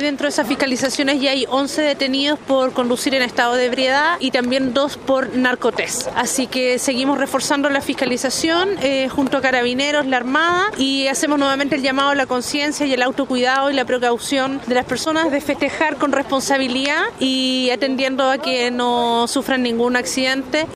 dentro de esas fiscalizaciones ya hay 11 detenidos por conducir en estado de ebriedad y también 2 por narcotest. Así que seguimos reforzando la fiscalización junto a Carabineros, la Armada, y hacemos nuevamente el llamado a la conciencia y el autocuidado y la precaución de las personas de festejar con responsabilidad y atendiendo a que no sufran ningún accidente.